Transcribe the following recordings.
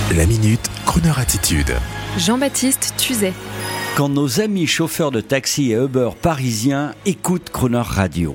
La Minute, Crooner Attitude. Jean-Baptiste Tuzet. Quand nos amis chauffeurs de taxi et Uber parisiens écoutent Crooner Radio.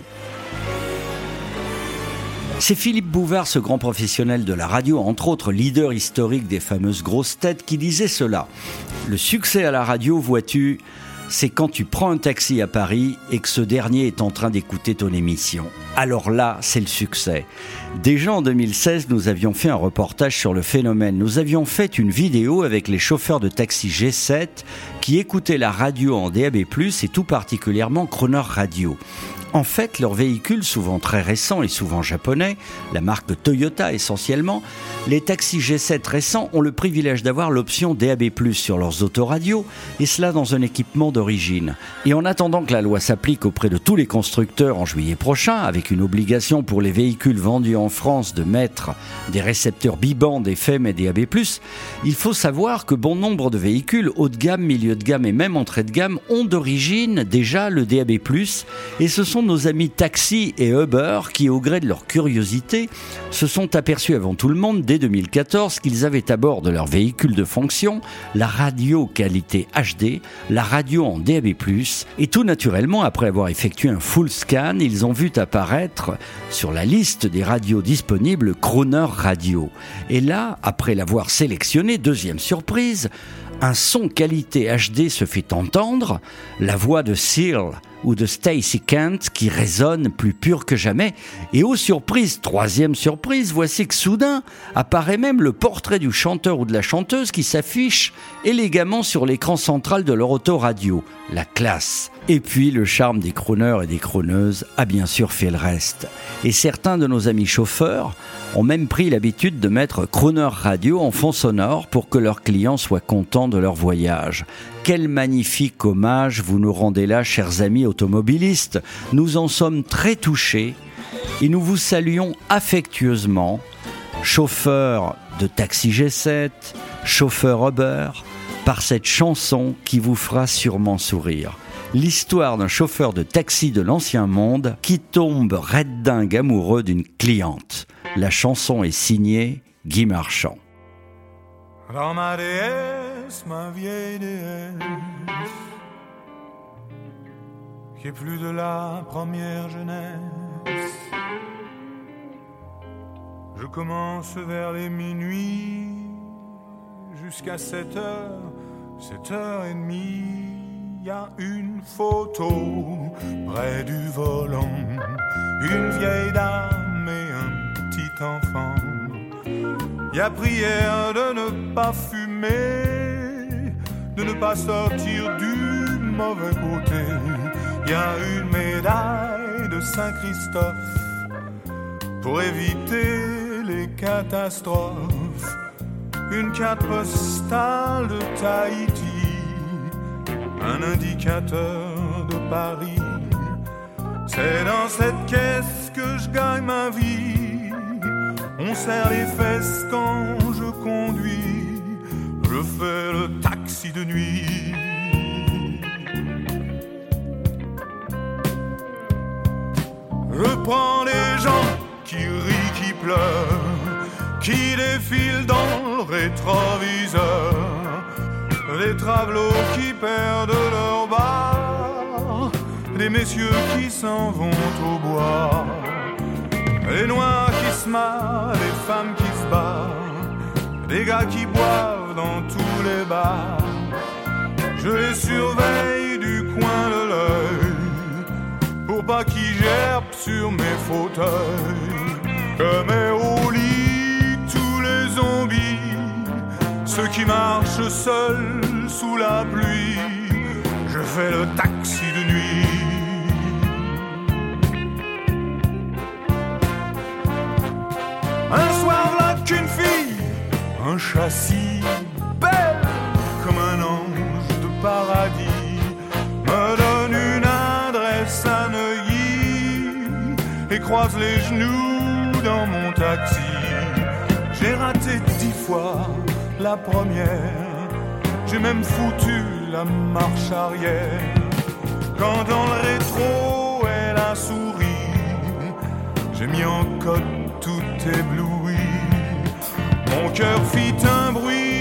C'est Philippe Bouvard, ce grand professionnel de la radio, entre autres leader historique des fameuses grosses têtes, qui disait cela. Le succès à la radio, vois-tu, c'est quand tu prends un taxi à Paris et que ce dernier est en train d'écouter ton émission. Alors là, c'est le succès. Déjà en 2016, nous avions fait un reportage sur le phénomène. Nous avions fait une vidéo avec les chauffeurs de taxi G7 qui écoutaient la radio en DAB+, et tout particulièrement Crooner Radio. En fait, leurs véhicules, souvent très récents et souvent japonais, la marque Toyota essentiellement, les taxis G7 récents ont le privilège d'avoir l'option DAB+, sur leurs autoradios, et cela dans un équipement d'origine. Et en attendant que la loi s'applique auprès de tous les constructeurs en juillet prochain, avec une obligation pour les véhicules vendus en France de mettre des récepteurs bi-band FM et DAB+, il faut savoir que bon nombre de véhicules haut de gamme, milieu de gamme et même entrée de gamme ont d'origine déjà le DAB+, et ce sont nos amis taxi et Uber qui, au gré de leur curiosité, se sont aperçus avant tout le monde dès 2014 qu'ils avaient à bord de leur véhicule de fonction la radio qualité HD, la radio en DAB+, et tout naturellement, après avoir effectué un full scan, ils ont vu apparaître sur la liste des radios disponibles Crooner Radio. Et là, après l'avoir sélectionné, deuxième surprise, un son qualité HD se fait entendre, la voix de Seal ou de Stacey Kent qui résonne plus pure que jamais. Et aux surprises, troisième surprise, voici que soudain apparaît même le portrait du chanteur ou de la chanteuse qui s'affiche élégamment sur l'écran central de leur autoradio. La classe. Et puis le charme des crooners et des crooneuses a bien sûr fait le reste. Et certains de nos amis chauffeurs ont même pris l'habitude de mettre Crooner Radio en fond sonore pour que leurs clients soient contents de leur voyage. Quel magnifique hommage vous nous rendez là, chers amis automobilistes. Nous en sommes très touchés et nous vous saluons affectueusement, chauffeurs de taxi G7, chauffeurs Uber, par cette chanson qui vous fera sûrement sourire. L'histoire d'un chauffeur de taxi de l'ancien monde qui tombe raide dingue amoureux d'une cliente. La chanson est signée Guy Marchand. Dans ma déesse, ma vieille déesse, qui est plus de la première jeunesse, je commence vers les minuit, jusqu'à 7h, 7h30, y a une photo près du volant, une vieille dame et un petit enfant. Y a prière de ne pas fumer, de ne pas sortir du mauvais côté. Y a une médaille de Saint-Christophe pour éviter les catastrophes. Une carte postale de Tahiti, un indicateur de Paris. C'est dans cette caisse que je gagne ma vie. On serre les fesses quand je conduis, je fais le taxi de nuit. Je prends les gens qui rient, qui pleurent, qui défilent dans le rétroviseur, les travelots qui perdent leur bar, des messieurs qui s'en vont au bois, les noirs qui se marrent, les femmes qui se barrent, des gars qui boivent dans tous les bars. Je les surveille du coin de l'œil pour pas qu'ils gerbent sur mes fauteuils. Je mets au lit tous les zombies, ceux qui marchent seuls sous la pluie. Je fais le taxi de nuit. Un soir, là qu'une fille, un châssis belle comme un ange de paradis, me donne une adresse à Neuilly et croise les genoux dans mon taxi. J'ai raté 10 fois la première, j'ai même foutu la marche arrière. Quand dans le rétro elle a souri, j'ai mis en code tout ébloui. Mon cœur fit un bruit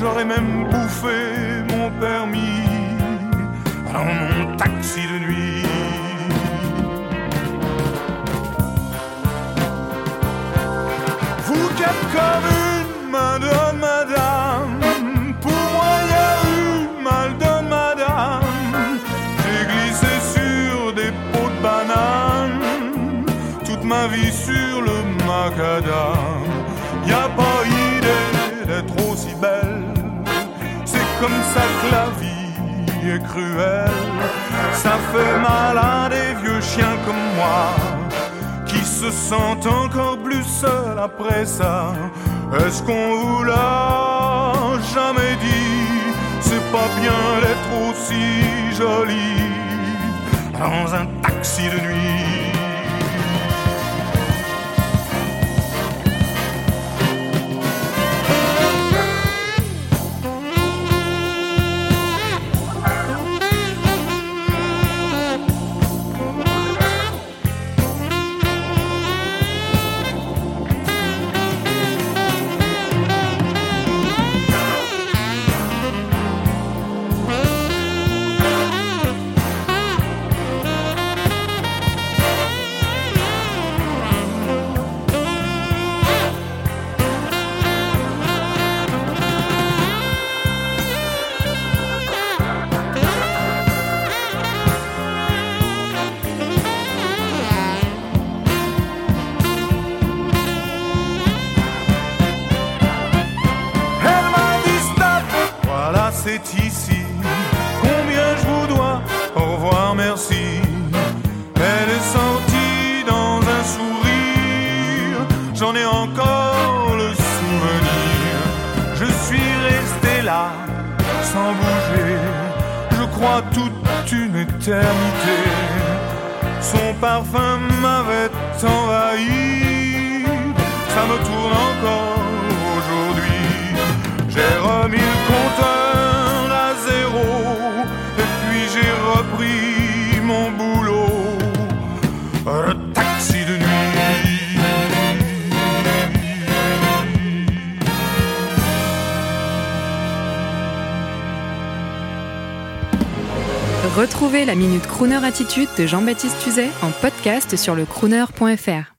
j'aurais même bouffé mon permis dans mon taxi de nuit. Vous qui êtes comme une main de madame, pour moi y a eu mal de madame. J'ai glissé sur des pots de bananes, toute ma vie sur le macadam. Y a pas idée d'être aussi belle, c'est comme ça que la vie est cruelle. Ça fait mal à des vieux chiens comme moi, qui se sentent encore plus seuls après ça. Est-ce qu'on vous l'a jamais dit? C'est pas bien d'être aussi jolie dans un taxi de nuit. C'est ici, combien je vous dois, au revoir, merci. Elle est sortie dans un sourire, j'en ai encore le souvenir. Je suis resté là, sans bouger, je crois toute une éternité. Son parfum m'avait envahi, ça me tourne encore aujourd'hui. J'ai remis le compteur repris mon boulot, le taxi de nuit. Retrouvez la Minute Crooner Attitude de Jean-Baptiste Tuzet en podcast sur le crooner.fr.